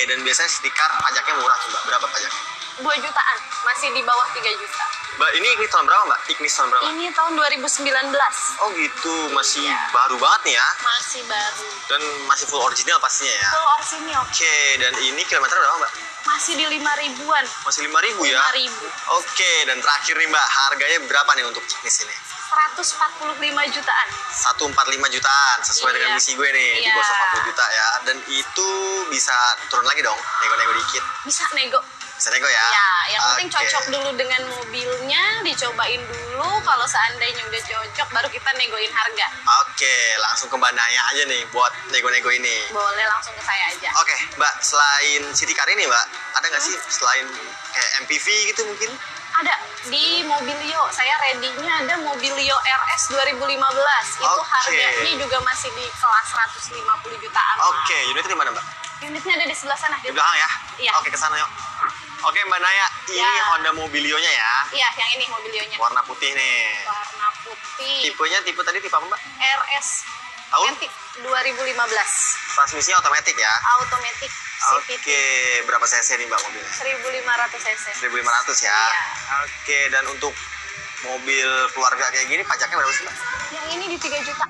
dan biasanya city car pajaknya murah tuh Mbak. Berapa pajaknya? 2 jutaan, masih di bawah 3 juta. Mbak, ini tahun berapa Mbak? Ignis tahun berapa? Ini tahun 2019. Oh gitu, masih Iya. baru banget nih ya. Masih baru. Dan masih full original pastinya ya. Full orisinil. Oke, dan ini kilometer berapa Mbak? Masih di 5 ribuan. Masih 5.000 ya? 5.000. Oke, dan terakhir nih Mbak, harganya berapa nih untuk Ignis ini? 145 jutaan. 145 jutaan, sesuai Iya. dengan misi gue nih, di Iya. bawah 140 juta ya. Dan itu bisa turun lagi dong, nego-nego dikit. Bisa nego. Bisa nego ya? Ya, yang penting Oke. cocok dulu dengan mobilnya, dicobain dulu. Kalau seandainya udah cocok, baru kita negoin harga. Oke, langsung ke Mbak Naya aja nih buat nego-nego ini. Boleh langsung ke saya aja. Oke, Mbak, selain city car ini Mbak, ada nggak sih selain kayak MPV gitu mungkin? Ada di Mobilio, saya ready-nya ada Mobilio RS 2015. Itu Oke. harganya juga masih di kelas 150 jutaan. Oke, unitnya di mana Mbak? Unitnya ada di sebelah sana. Di belakang ya? Iya. Oke, ke sana yuk. Oke, Mbak Naya, ini Ya. Honda Mobilionya ya. Iya, yang ini Mobilionya. Warna putih nih. Warna putih. Tipenya tipe tadi tipe apa Mbak? RS Tahun? Matic 2015. Transmisinya otomatis ya? Automatic CVT. Oke, berapa cc nih Mbak mobilnya? 1500 cc. 1.500 ya? Iya. Oke, dan untuk mobil keluarga kayak gini pajaknya berapa sih Mbak? Yang ini di 3 juta.